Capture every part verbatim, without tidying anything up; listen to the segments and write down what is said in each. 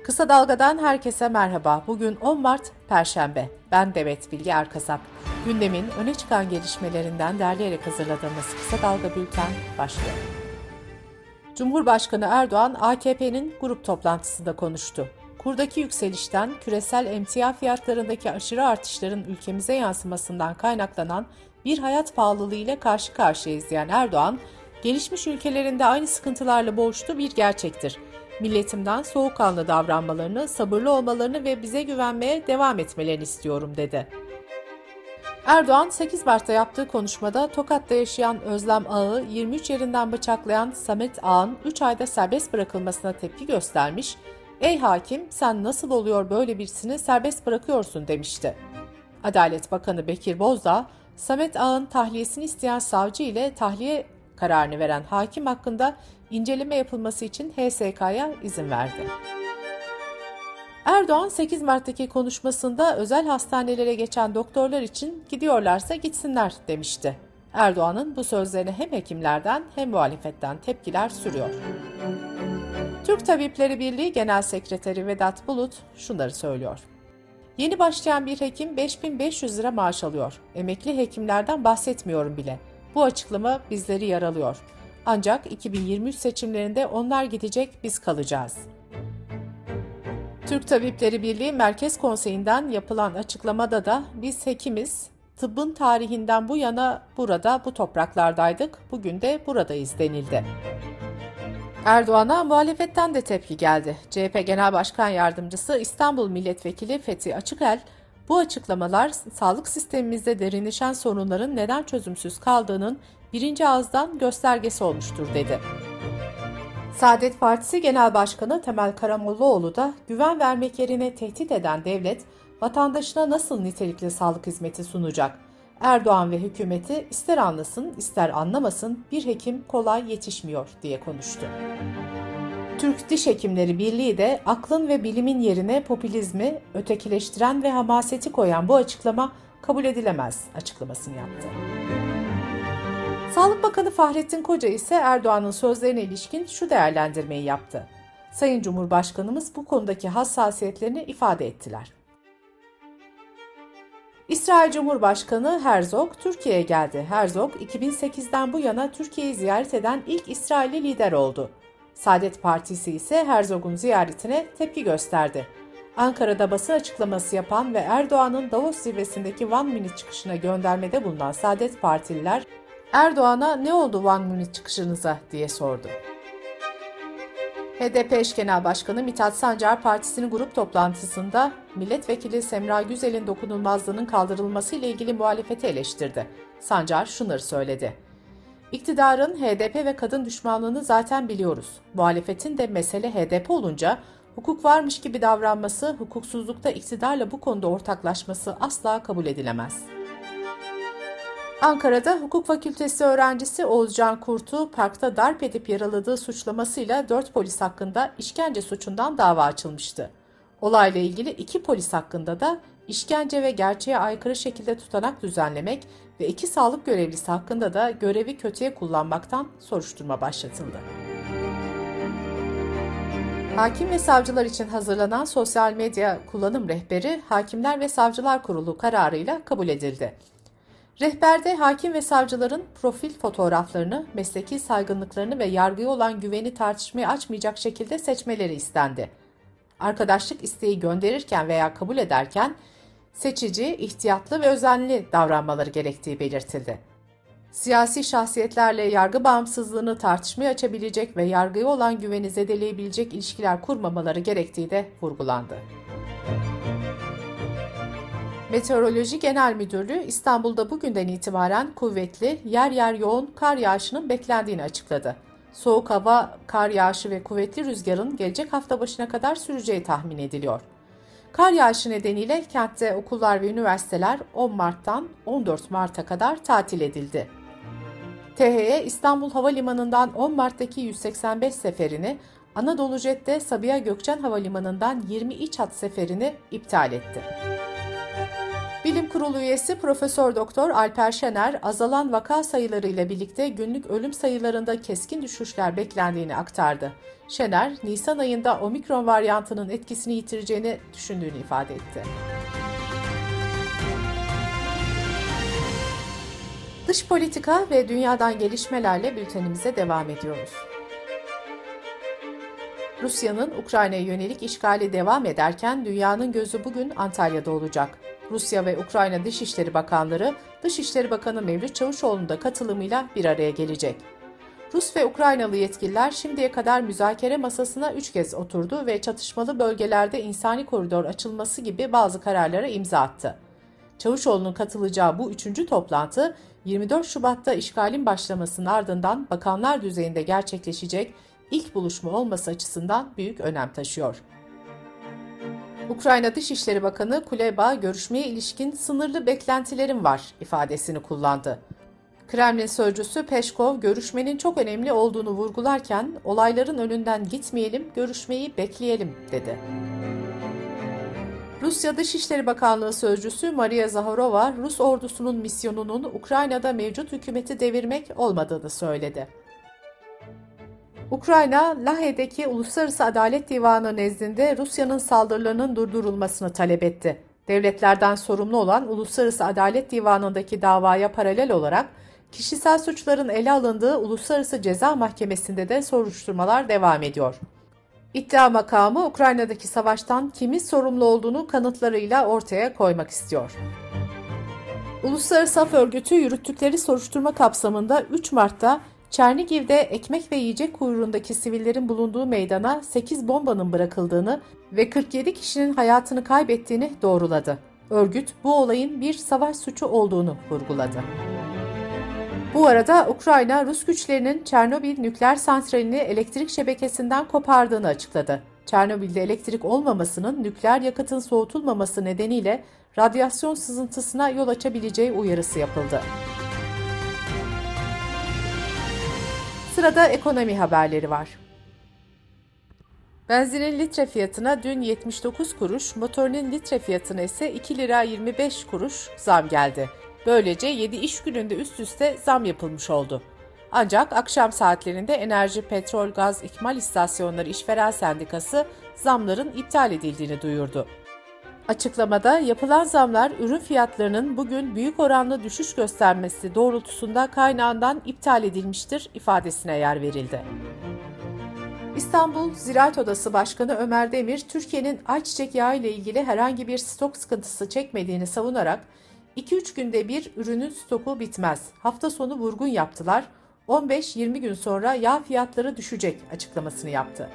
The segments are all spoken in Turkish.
Kısa Dalga'dan herkese merhaba. Bugün on Mart Perşembe. Ben Demet Bilge Erkasap. Gündemin öne çıkan gelişmelerinden derleyerek hazırladığımız Kısa Dalga Bülten başlıyor. Cumhurbaşkanı Erdoğan, A K P'nin grup toplantısında konuştu. Kurdaki yükselişten, küresel emtia fiyatlarındaki aşırı artışların ülkemize yansımasından kaynaklanan bir hayat pahalılığı ile karşı karşıyayız diyen Erdoğan, gelişmiş ülkelerinde aynı sıkıntılarla boğuştuğu bir gerçektir. Milletimden soğukkanlı davranmalarını, sabırlı olmalarını ve bize güvenmeye devam etmelerini istiyorum dedi. Erdoğan, sekiz Mart'ta yaptığı konuşmada Tokat'ta yaşayan Özlem Ağa'yı yirmi üç yerinden bıçaklayan Samet Ağa'nın üç ayda serbest bırakılmasına tepki göstermiş, "Ey hakim, sen nasıl oluyor böyle birisini serbest bırakıyorsun?" demişti. Adalet Bakanı Bekir Bozdağ, Samet Ağa'nın tahliyesini isteyen savcı ile tahliye kararını veren hakim hakkında inceleme yapılması için H S K'ya izin verdi. Erdoğan, sekiz Mart'taki konuşmasında özel hastanelere geçen doktorlar için gidiyorlarsa gitsinler demişti. Erdoğan'ın bu sözlerine hem hekimlerden hem muhalefetten tepkiler sürüyor. Türk Tabipleri Birliği Genel Sekreteri Vedat Bulut şunları söylüyor. Yeni başlayan bir hekim beş bin beş yüz lira maaş alıyor. Emekli hekimlerden bahsetmiyorum bile. Bu açıklama bizleri yaralıyor. Ancak iki bin yirmi üç seçimlerinde onlar gidecek, biz kalacağız. Türk Tabipleri Birliği Merkez Konseyi'nden yapılan açıklamada da biz hekimiz, tıbbın tarihinden bu yana burada, bu topraklardaydık, bugün de buradayız denildi. Erdoğan'a muhalefetten de tepki geldi. C H P Genel Başkan Yardımcısı İstanbul Milletvekili Fethi Açıkel, bu açıklamalar sağlık sistemimizde derinleşen sorunların neden çözümsüz kaldığının birinci ağızdan göstergesi olmuştur dedi. Saadet Partisi Genel Başkanı Temel Karamollaoğlu da güven vermek yerine tehdit eden devlet, vatandaşına nasıl nitelikli sağlık hizmeti sunacak? Erdoğan ve hükümeti ister anlasın ister anlamasın bir hekim kolay yetişmiyor diye konuştu. Türk Diş Hekimleri Birliği de aklın ve bilimin yerine popülizmi, ötekileştiren ve hamaseti koyan bu açıklama kabul edilemez açıklamasını yaptı. Sağlık Bakanı Fahrettin Koca ise Erdoğan'ın sözlerine ilişkin şu değerlendirmeyi yaptı. Sayın Cumhurbaşkanımız bu konudaki hassasiyetlerini ifade ettiler. İsrail Cumhurbaşkanı Herzog Türkiye'ye geldi. Herzog iki bin sekizden bu yana Türkiye'yi ziyaret eden ilk İsrailli lider oldu. Saadet Partisi ise Herzog'un ziyaretine tepki gösterdi. Ankara'da basın açıklaması yapan ve Erdoğan'ın Davos zirvesindeki One Minute çıkışına göndermede bulunan Saadet Partililer, Erdoğan'a "Ne oldu One Minute çıkışınıza?" diye sordu. H D P eş genel başkanı Mithat Sancar partisinin grup toplantısında milletvekili Semra Güzel'in dokunulmazlığının kaldırılması ile ilgili muhalefeti eleştirdi. Sancar şunları söyledi. İktidarın H D P ve kadın düşmanlığını zaten biliyoruz. Muhalefetin de mesele H D P olunca hukuk varmış gibi davranması, hukuksuzlukta iktidarla bu konuda ortaklaşması asla kabul edilemez. Ankara'da hukuk fakültesi öğrencisi Oğuzcan Kurt'u parkta darp edip yaraladığı suçlamasıyla dört polis hakkında işkence suçundan dava açılmıştı. Olayla ilgili iki polis hakkında da işkence ve gerçeğe aykırı şekilde tutanak düzenlemek ve iki sağlık görevlisi hakkında da görevi kötüye kullanmaktan soruşturma başlatıldı. Hakim ve savcılar için hazırlanan sosyal medya kullanım rehberi Hakimler ve Savcılar Kurulu kararıyla kabul edildi. Rehberde hakim ve savcıların profil fotoğraflarını, mesleki saygınlıklarını ve yargıya olan güveni tartışmaya açmayacak şekilde seçmeleri istendi. Arkadaşlık isteği gönderirken veya kabul ederken seçici, ihtiyatlı ve özenli davranmaları gerektiği belirtildi. Siyasi şahsiyetlerle yargı bağımsızlığını tartışmaya açabilecek ve yargıya olan güveni zedeleyebilecek ilişkiler kurmamaları gerektiği de vurgulandı. Meteoroloji Genel Müdürlüğü İstanbul'da bugünden itibaren kuvvetli, yer yer yoğun kar yağışının beklendiğini açıkladı. Soğuk hava, kar yağışı ve kuvvetli rüzgarın gelecek hafta başına kadar süreceği tahmin ediliyor. Kar yağışı nedeniyle kentte okullar ve üniversiteler on Mart'tan on dört Mart'a kadar tatil edildi. T H Y İstanbul Havalimanı'ndan on Mart'taki yüz seksen beş seferini, Anadolu Jet'te Sabiha Gökçen Havalimanı'ndan yirmi iç hat seferini iptal etti. Bilim Kurulu üyesi Profesör Doktor Alper Şener, azalan vaka sayılarıyla birlikte günlük ölüm sayılarında keskin düşüşler beklendiğini aktardı. Şener, Nisan ayında omikron varyantının etkisini yitireceğini düşündüğünü ifade etti. Dış politika ve dünyadan gelişmelerle bültenimize devam ediyoruz. Rusya'nın Ukrayna'ya yönelik işgali devam ederken dünyanın gözü bugün Antalya'da olacak. Rusya ve Ukrayna Dışişleri Bakanları, Dışişleri Bakanı Mevlüt Çavuşoğlu'nun da katılımıyla bir araya gelecek. Rus ve Ukraynalı yetkililer şimdiye kadar müzakere masasına üç kez oturdu ve çatışmalı bölgelerde insani koridor açılması gibi bazı kararlara imza attı. Çavuşoğlu'nun katılacağı bu üçüncü toplantı, yirmi dört Şubat'ta işgalin başlamasının ardından bakanlar düzeyinde gerçekleşecek ilk buluşma olması açısından büyük önem taşıyor. Ukrayna Dışişleri Bakanı Kuleba, görüşmeye ilişkin sınırlı beklentilerim var ifadesini kullandı. Kremlin sözcüsü Peşkov, görüşmenin çok önemli olduğunu vurgularken, olayların önünden gitmeyelim, görüşmeyi bekleyelim dedi. Rusya Dışişleri Bakanlığı sözcüsü Maria Zaharova, Rus ordusunun misyonunun Ukrayna'da mevcut hükümeti devirmek olmadığını söyledi. Ukrayna, Lahey'deki Uluslararası Adalet Divanı nezdinde Rusya'nın saldırılarının durdurulmasını talep etti. Devletlerden sorumlu olan Uluslararası Adalet Divanı'ndaki davaya paralel olarak kişisel suçların ele alındığı Uluslararası Ceza Mahkemesi'nde de soruşturmalar devam ediyor. İddia makamı Ukrayna'daki savaştan kimin sorumlu olduğunu kanıtlarıyla ortaya koymak istiyor. Uluslararası Af Örgütü yürüttükleri soruşturma kapsamında üç Mart'ta Çernigiv'de ekmek ve yiyecek kuyruğundaki sivillerin bulunduğu meydana sekiz bombanın bırakıldığını ve kırk yedi kişinin hayatını kaybettiğini doğruladı. Örgüt bu olayın bir savaş suçu olduğunu vurguladı. Bu arada Ukrayna, Rus güçlerinin Çernobil nükleer santralini elektrik şebekesinden kopardığını açıkladı. Çernobil'de elektrik olmamasının nükleer yakıtın soğutulmaması nedeniyle radyasyon sızıntısına yol açabileceği uyarısı yapıldı. Sırada ekonomi haberleri var. Benzinin litre fiyatına dün yetmiş dokuz kuruş, motorinin litre fiyatına ise iki lira yirmi beş kuruş zam geldi. Böylece yedi iş gününde üst üste zam yapılmış oldu. Ancak akşam saatlerinde Enerji, Petrol, Gaz İkmal İstasyonları İşveren Sendikası zamların iptal edildiğini duyurdu. Açıklamada yapılan zamlar ürün fiyatlarının bugün büyük oranlı düşüş göstermesi doğrultusunda kaynağından iptal edilmiştir ifadesine yer verildi. İstanbul Ziraat Odası Başkanı Ömer Demir, Türkiye'nin ayçiçek yağı ile ilgili herhangi bir stok sıkıntısı çekmediğini savunarak iki üç günde bir ürünün stoku bitmez. Hafta sonu vurgun yaptılar. on beş yirmi gün sonra yağ fiyatları düşecek açıklamasını yaptı.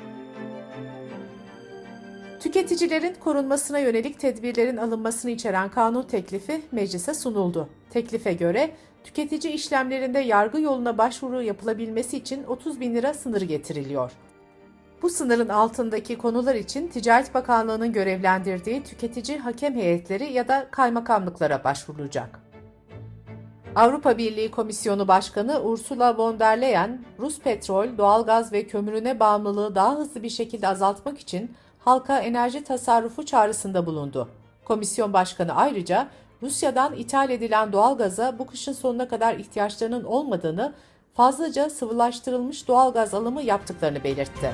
Tüketicilerin korunmasına yönelik tedbirlerin alınmasını içeren kanun teklifi meclise sunuldu. Teklife göre tüketici işlemlerinde yargı yoluna başvuru yapılabilmesi için otuz bin lira sınırı getiriliyor. Bu sınırın altındaki konular için Ticaret Bakanlığı'nın görevlendirdiği tüketici hakem heyetleri ya da kaymakamlıklara başvurulacak. Avrupa Birliği Komisyonu Başkanı Ursula von der Leyen, Rus petrol, doğalgaz ve kömürüne bağımlılığı daha hızlı bir şekilde azaltmak için halka enerji tasarrufu çağrısında bulundu. Komisyon Başkanı ayrıca Rusya'dan ithal edilen doğalgaza bu kışın sonuna kadar ihtiyaçlarının olmadığını, fazlaca sıvılaştırılmış doğalgaz alımı yaptıklarını belirtti.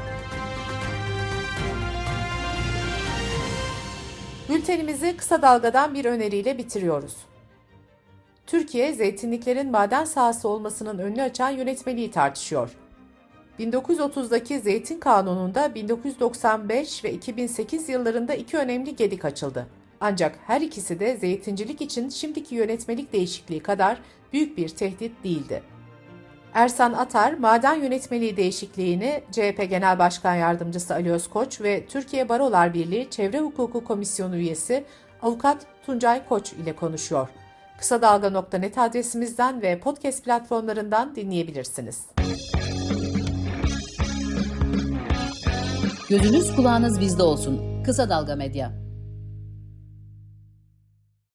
Bültenimizi kısa dalgadan bir öneriyle bitiriyoruz. Türkiye, zeytinliklerin maden sahası olmasının önünü açan yönetmeliği tartışıyor. bin dokuz yüz otuzdaki Zeytin Kanunu'nda bin dokuz yüz doksan beş ve iki bin sekiz yıllarında iki önemli gedik açıldı. Ancak her ikisi de zeytincilik için şimdiki yönetmelik değişikliği kadar büyük bir tehdit değildi. Ersan Atar, maden yönetmeliği değişikliğini C H P Genel Başkan Yardımcısı Ali Özkoç ve Türkiye Barolar Birliği Çevre Hukuku Komisyonu üyesi Avukat Tuncay Koç ile konuşuyor. Kısa Dalga nokta net adresimizden ve podcast platformlarından dinleyebilirsiniz. Gözünüz kulağınız bizde olsun. Kısa Dalga Medya.